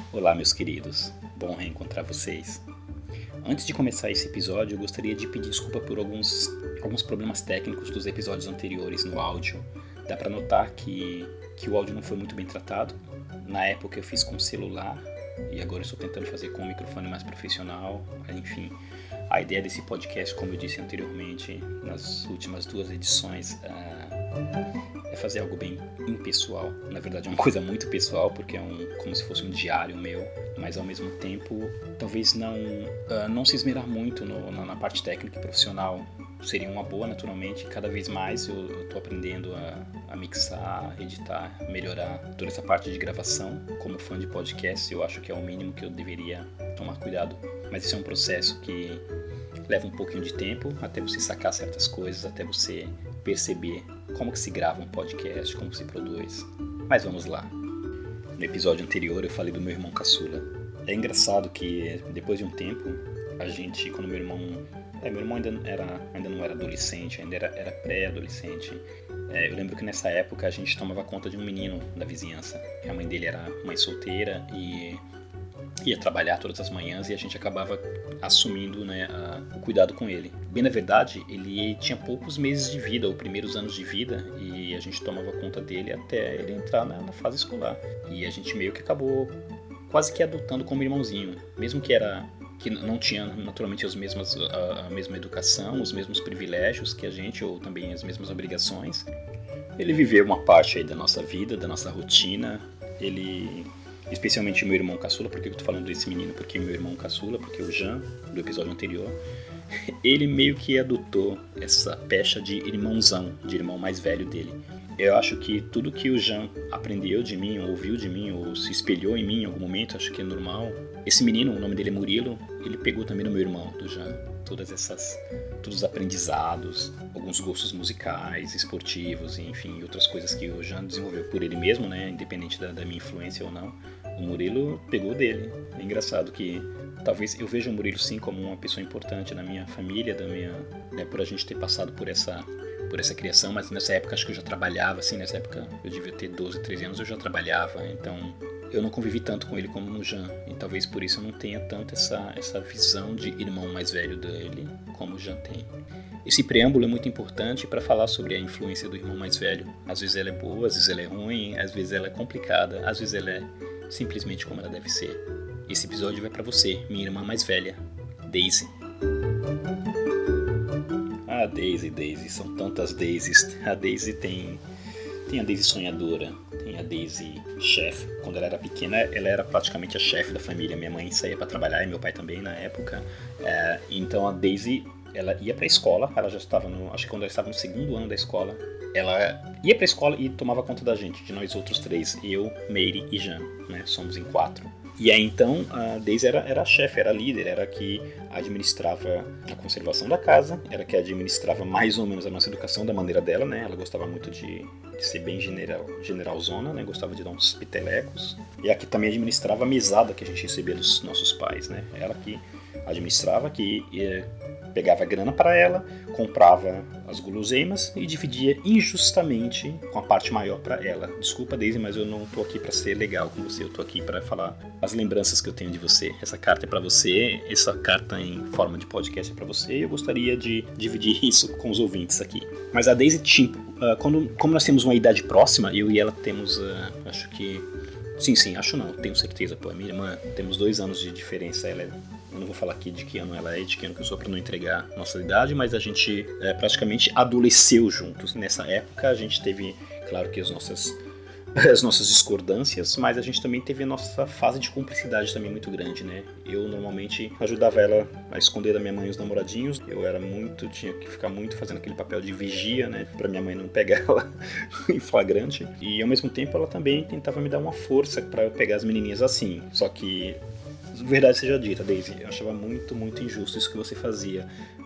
Olá, meus queridos. Bom reencontrar vocês. Antes de começar esse episódio, eu gostaria de pedir desculpa por alguns problemas técnicos dos episódios anteriores no áudio. Dá para notar que o áudio não foi muito bem tratado. Na época eu fiz com celular e agora eu estou tentando fazer com um microfone mais profissional. Enfim, a ideia desse podcast, como eu disse anteriormente, nas últimas 2 edições, é fazer algo bem impessoal. Na verdade é uma coisa muito pessoal, porque é como se fosse um diário meu, mas ao mesmo tempo talvez não se esmerar muito na parte técnica e profissional. Seria uma boa, naturalmente. Cada vez mais eu estou aprendendo a mixar, editar, melhorar toda essa parte de gravação. Como fã de podcast, eu acho que é o mínimo que eu deveria tomar cuidado. Mas esse é um processo que leva um pouquinho de tempo até você sacar certas coisas, até você perceber como que se grava um podcast, como se produz. Mas vamos lá. No episódio anterior eu falei do meu irmão caçula. É engraçado que depois de um tempo, quando meu irmão ainda não era adolescente, ainda era pré-adolescente. Eu lembro que nessa época a gente tomava conta de um menino da vizinhança. A mãe dele era mãe solteira e ia trabalhar todas as manhãs e a gente acabava assumindo, o cuidado com ele. Bem, na verdade, ele tinha poucos meses de vida, ou primeiros anos de vida, e a gente tomava conta dele até ele entrar na fase escolar. E a gente meio que acabou quase que adotando como irmãozinho, mesmo que não tinha naturalmente a mesma educação, os mesmos privilégios que a gente, ou também as mesmas obrigações. Ele viveu uma parte aí da nossa vida, da nossa rotina. Especialmente o meu irmão caçula. Por que eu tô falando desse menino? Porque meu irmão caçula, porque o Jean, do episódio anterior, ele meio que adotou essa pecha de irmãozão, de irmão mais velho dele. Eu acho que tudo que o Jean aprendeu de mim, ou ouviu de mim, ou se espelhou em mim em algum momento, acho que é normal. Esse menino, o nome dele é Murilo, ele pegou também no meu irmão, do Jean, todos os aprendizados, alguns gostos musicais, esportivos, enfim, outras coisas que o Jean desenvolveu por ele mesmo, independente da minha influência ou não. O Murilo pegou dele. É engraçado que talvez eu veja o Murilo sim como uma pessoa importante na minha família, por a gente ter passado por essa criação, mas nessa época acho que eu já trabalhava, assim, nessa época eu devia ter 12, 13 anos, eu já trabalhava, então eu não convivi tanto com ele como no Jean, e talvez por isso eu não tenha tanto essa visão de irmão mais velho dele como o Jean tem. Esse preâmbulo é muito importante para falar sobre a influência do irmão mais velho. Às vezes ela é boa, às vezes ela é ruim, às vezes ela é complicada, às vezes ela é simplesmente como ela deve ser. Esse episódio vai para você, minha irmã mais velha, Daisy. Ah, Daisy, são tantas Daisys. A Daisy tem a Daisy sonhadora, tem a Daisy chefe. Quando ela era pequena, ela era praticamente a chefe da família. Minha mãe saía para trabalhar e meu pai também na época. Então a Daisy, ela ia para a escola, ela já estava acho que quando ela estava no 2º ano da escola, ela ia para a escola e tomava conta da gente, de nós outros 3, eu, Meire e Jean, somos em 4. E aí então a Daisy era a chefe, era a líder, era a que administrava a conservação da casa, era a que administrava mais ou menos a nossa educação da maneira dela, Ela gostava muito de ser bem generalzona, gostava de dar uns pitelecos. E a que também administrava a mesada que a gente recebia dos nossos pais, Ela que administrava, que pegava grana para ela, comprava as guloseimas e dividia injustamente com a parte maior para ela. Desculpa, Daisy, mas eu não tô aqui para ser legal com você, eu tô aqui para falar as lembranças que eu tenho de você. Essa carta é para você, essa carta em forma de podcast é para você, e eu gostaria de dividir isso com os ouvintes aqui. Mas a Daisy, como nós temos uma idade próxima, eu e ela temos, acho que... Sim, acho não, tenho certeza, a minha irmã, temos 2 anos de diferença, eu não vou falar aqui de que ano ela é, de que ano que eu sou, para não entregar nossa idade, mas a gente praticamente adolesceu juntos. Nessa época a gente teve, claro que as nossas discordâncias, mas a gente também teve a nossa fase de cumplicidade também muito grande, Eu normalmente ajudava ela a esconder da minha mãe os namoradinhos, tinha que ficar muito fazendo aquele papel de vigia, pra minha mãe não pegar ela em flagrante, e ao mesmo tempo ela também tentava me dar uma força para eu pegar as menininhas assim, só que verdade seja dita, Daisy, eu achava muito, muito injusto isso que você fazia.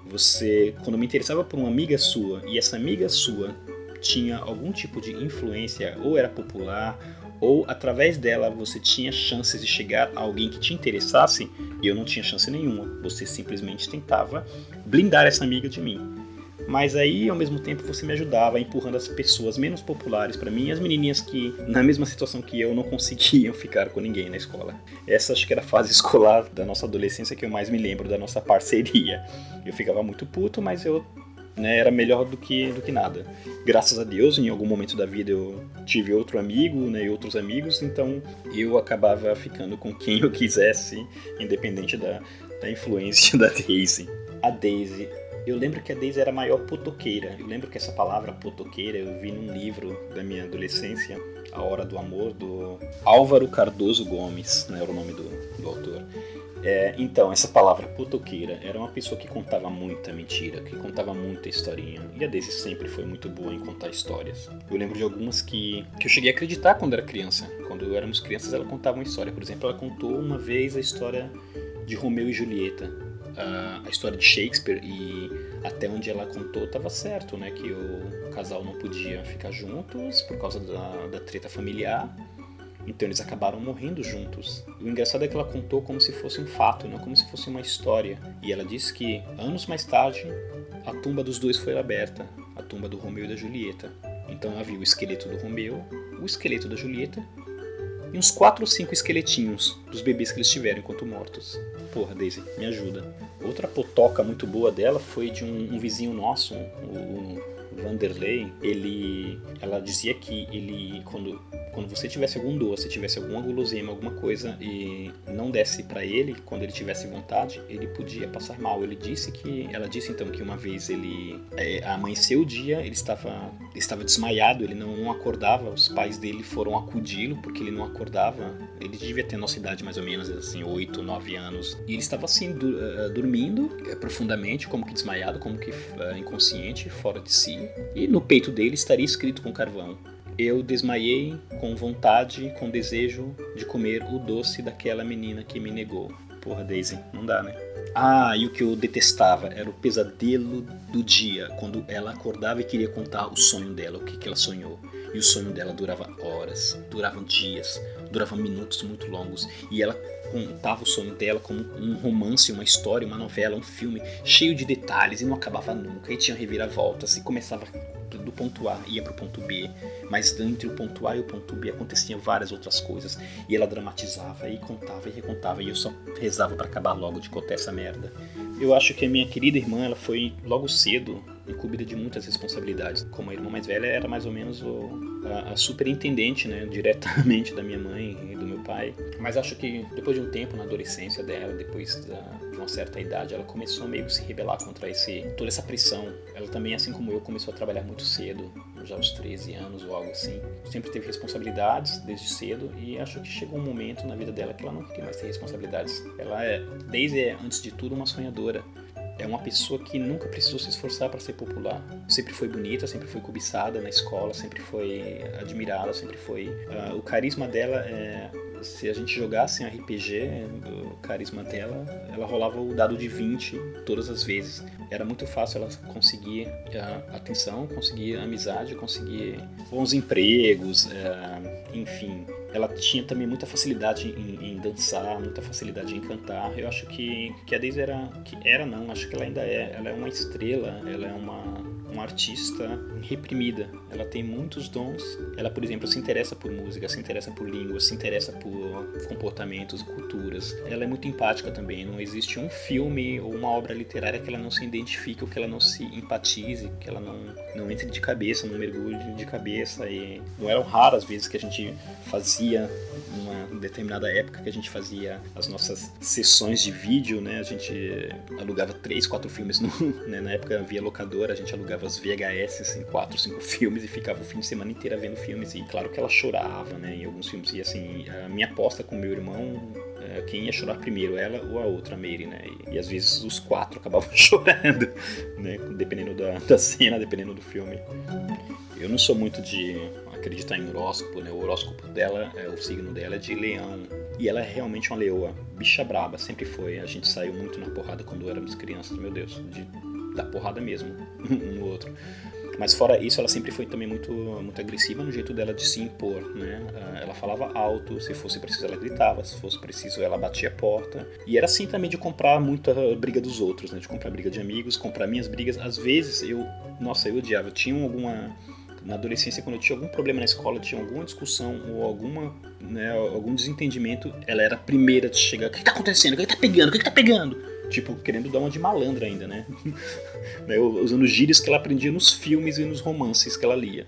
Quando me interessava por uma amiga sua, e essa amiga sua tinha algum tipo de influência, ou era popular, ou através dela você tinha chances de chegar a alguém que te interessasse, e eu não tinha chance nenhuma. Você simplesmente tentava blindar essa amiga de mim. Mas aí, ao mesmo tempo, você me ajudava empurrando as pessoas menos populares pra mim, e as menininhas que, na mesma situação que eu, não conseguiam ficar com ninguém na escola. Essa acho que era a fase escolar da nossa adolescência que eu mais me lembro da nossa parceria. Eu ficava muito puto, mas eu, né, era melhor do que nada. Graças a Deus, em algum momento da vida eu tive outro amigo, né, e outros amigos, então eu acabava ficando com quem eu quisesse, independente da influência da Daisy. A Daisy, eu lembro que a Daisy era a maior potoqueira. Eu lembro que essa palavra potoqueira eu vi num livro da minha adolescência, A Hora do Amor, do Álvaro Cardoso Gomes, né, era o nome do autor. Então, essa palavra potoqueira era uma pessoa que contava muita mentira, que contava muita historinha. E a Daisy sempre foi muito boa em contar histórias. Eu lembro de algumas que eu cheguei a acreditar quando era criança. Quando éramos crianças, ela contava uma história. Por exemplo, ela contou uma vez a história de Romeu e Julieta, a história de Shakespeare, e até onde ela contou estava certo, né? Que o casal não podia ficar juntos por causa da treta familiar. Então eles acabaram morrendo juntos. O engraçado é que ela contou como se fosse um fato, não como se fosse uma história. E ela disse que, anos mais tarde, a tumba dos dois foi aberta. A tumba do Romeu e da Julieta. Então ela viu o esqueleto do Romeu, o esqueleto da Julieta e uns 4 ou 5 esqueletinhos dos bebês que eles tiveram enquanto mortos. Porra, Daisy, me ajuda. Outra potoca muito boa dela foi de um vizinho nosso, o Vanderlei. Ela dizia que ele, quando você tivesse algum doce, tivesse alguma guloseima, alguma coisa e não desse pra ele, quando ele tivesse vontade, ele podia passar mal. Ela disse então que uma vez ele amanheceu o dia, ele estava desmaiado, ele não acordava, os pais dele foram acudi-lo porque ele não acordava. Ele devia ter nossa idade mais ou menos, assim, 8, 9 anos. E ele estava assim, dormindo profundamente, como que desmaiado, como que inconsciente, fora de si. E no peito dele estaria escrito com carvão: eu desmaiei com vontade, com desejo de comer o doce daquela menina que me negou. Porra, Daisy, não dá, né? E o que eu detestava era o pesadelo do dia, quando ela acordava e queria contar o sonho dela, o que ela sonhou. E o sonho dela durava horas, duravam dias, duravam minutos muito longos. E ela contava o sonho dela como um romance, uma história, uma novela, um filme, cheio de detalhes e não acabava nunca. E tinha reviravoltas e começava do ponto A, ia pro ponto B, mas entre o ponto A e o ponto B aconteciam várias outras coisas, e ela dramatizava e contava e recontava, e eu só rezava pra acabar logo de contar essa merda. Eu acho que a minha querida irmã, ela foi logo cedo incumbida de muitas responsabilidades. Como a irmã mais velha, era mais ou menos a superintendente, né, diretamente da minha mãe e do meu pai. Mas acho que depois de um tempo, na adolescência dela, depois de uma certa idade, ela começou meio que se rebelar contra toda essa pressão. Ela também, assim como eu, começou a trabalhar muito cedo, já aos 13 anos ou algo assim. Sempre teve responsabilidades desde cedo, e acho que chegou um momento na vida dela que ela não queria mais ter responsabilidades. Desde antes de tudo, uma sonhadora. É uma pessoa que nunca precisou se esforçar para ser popular. Sempre foi bonita, sempre foi cobiçada na escola, sempre foi admirada, sempre foi... o carisma dela, se a gente jogasse em RPG, o carisma dela, ela rolava o dado de 20 todas as vezes. Era muito fácil ela conseguir atenção, conseguir amizade, conseguir bons empregos, enfim... Ela tinha também muita facilidade em dançar, muita facilidade em cantar. Eu acho que a Daisy acho que ela ainda é. Ela é uma estrela, ela é uma artista reprimida. Ela tem muitos dons. Ela, por exemplo, se interessa por música, se interessa por línguas, se interessa por comportamentos, culturas. Ela é muito empática também. Não existe um filme ou uma obra literária que ela não se identifique ou que ela não se empatize, que ela não entre de cabeça, não mergulhe de cabeça. E não eram raras as vezes que a gente fazia, numa determinada época, que a gente fazia as nossas sessões de vídeo, né? A gente alugava 3, 4 filmes, né? Na época via locadora, a gente alugava as VHS, assim, 4, 5 filmes e ficava o fim de semana inteiro vendo filmes. E claro que ela chorava, né? Em alguns filmes. E assim, a minha aposta com meu irmão, quem ia chorar primeiro, ela ou a outra, a Mary, né? E às vezes os 4 acabavam chorando, né? Dependendo da cena, dependendo do filme. Eu não sou muito de acreditar em horóscopo, né? O horóscopo dela, o signo dela é de leão. E ela é realmente uma leoa, bicha braba, sempre foi. A gente saiu muito na porrada quando éramos crianças, meu Deus, de dar porrada mesmo, um no outro. Mas fora isso, ela sempre foi também muito agressiva no jeito dela de se impor, né? Ela falava alto, se fosse preciso ela gritava, se fosse preciso ela batia a porta. E era assim também de comprar muita briga dos outros, né? De comprar briga de amigos, comprar minhas brigas. Às vezes eu odiava. Eu tinha na adolescência, quando eu tinha algum problema na escola, tinha alguma discussão ou algum desentendimento, ela era a primeira de chegar. O que tá acontecendo? O que tá pegando? O que tá pegando? Tipo, querendo dar uma de malandra ainda, né? Usando gírias que ela aprendia nos filmes e nos romances que ela lia.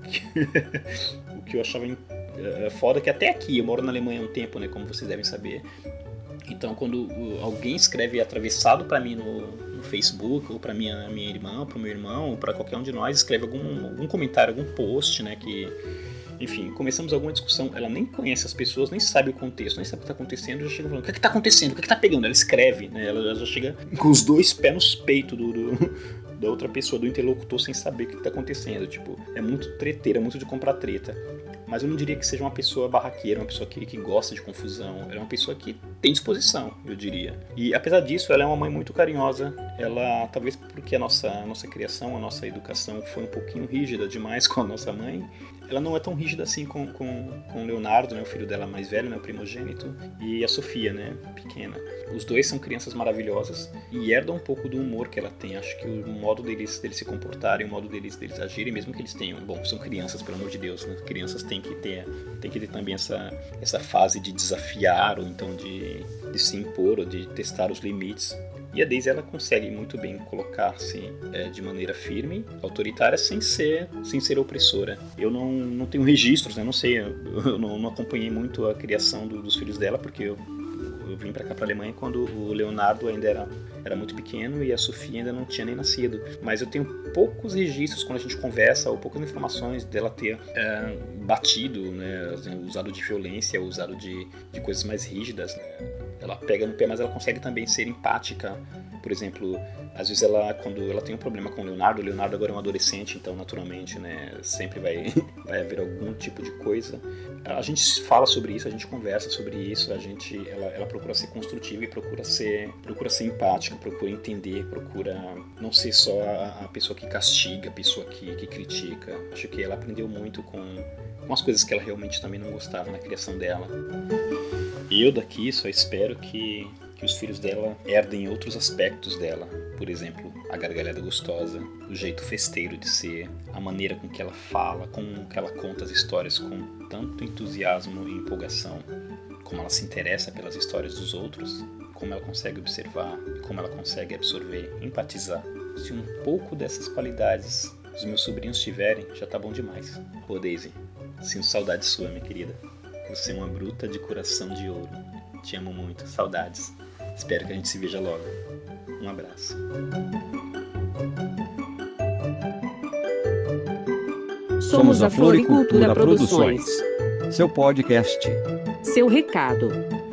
O que eu achava foda, que até aqui, eu moro na Alemanha há um tempo, né? Como vocês devem saber. Então, quando alguém escreve atravessado pra mim no Facebook, ou pra minha irmã, ou pro meu irmão, ou pra qualquer um de nós, escreve algum comentário, algum post, né? Que... Enfim, começamos alguma discussão, ela nem conhece as pessoas, nem sabe o contexto, nem sabe o que está acontecendo, já chega falando, o que está acontecendo, o que está pegando? Ela escreve, né? Ela já chega com os dois pés nos peitos da outra pessoa, do interlocutor, sem saber o que está acontecendo. Tipo, é muito treteira, muito de comprar treta. Mas eu não diria que seja uma pessoa barraqueira, uma pessoa que gosta de confusão. Ela é uma pessoa que tem disposição, eu diria. E apesar disso, ela é uma mãe muito carinhosa. Ela, talvez porque a nossa criação, a nossa educação foi um pouquinho rígida demais com a nossa mãe, ela não é tão rígida assim com o Leonardo, né, o filho dela mais velho, né, o primogênito, e a Sofia, né, pequena. Os dois são crianças maravilhosas e herdam um pouco do humor que ela tem. Acho que o modo deles se comportarem, o modo deles agirem, mesmo que eles tenham... Bom, são crianças, pelo amor de Deus, né? Crianças têm que ter também essa fase de desafiar, ou então de se impor, ou de testar os limites. E a Daisy, ela consegue muito bem colocar-se de maneira firme, autoritária, sem ser opressora. Eu não tenho registros, né? Não sei, eu não acompanhei muito a criação dos filhos dela, porque eu vim pra cá, pra Alemanha, quando o Leonardo ainda era muito pequeno e a Sofia ainda não tinha nem nascido. Mas eu tenho poucos registros quando a gente conversa, ou poucas informações dela ter batido, né? Usado de violência, usado de coisas mais rígidas, né? Ela pega no pé, mas ela consegue também ser empática. Por exemplo, às vezes quando ela tem um problema com o Leonardo agora é um adolescente, então naturalmente, né, sempre vai haver algum tipo de coisa. A gente fala sobre isso, a gente conversa sobre isso, ela procura ser construtiva e procura ser empática, procura entender, procura não ser só a pessoa que castiga, a pessoa que critica. Acho que ela aprendeu muito com as coisas que ela realmente também não gostava na criação dela. Eu daqui só espero que os filhos dela herdem outros aspectos dela. Por exemplo, a gargalhada gostosa, o jeito festeiro de ser, a maneira com que ela fala, com que ela conta as histórias com tanto entusiasmo e empolgação, como ela se interessa pelas histórias dos outros, como ela consegue observar, como ela consegue absorver, empatizar. Se um pouco dessas qualidades os meus sobrinhos tiverem, já tá bom demais. Ô Daisy, sinto saudade sua, minha querida. Você é uma bruta de coração de ouro. Te amo muito. Saudades. Espero que a gente se veja logo. Um abraço. Somos a Floricultura Produções. Seu podcast. Seu recado.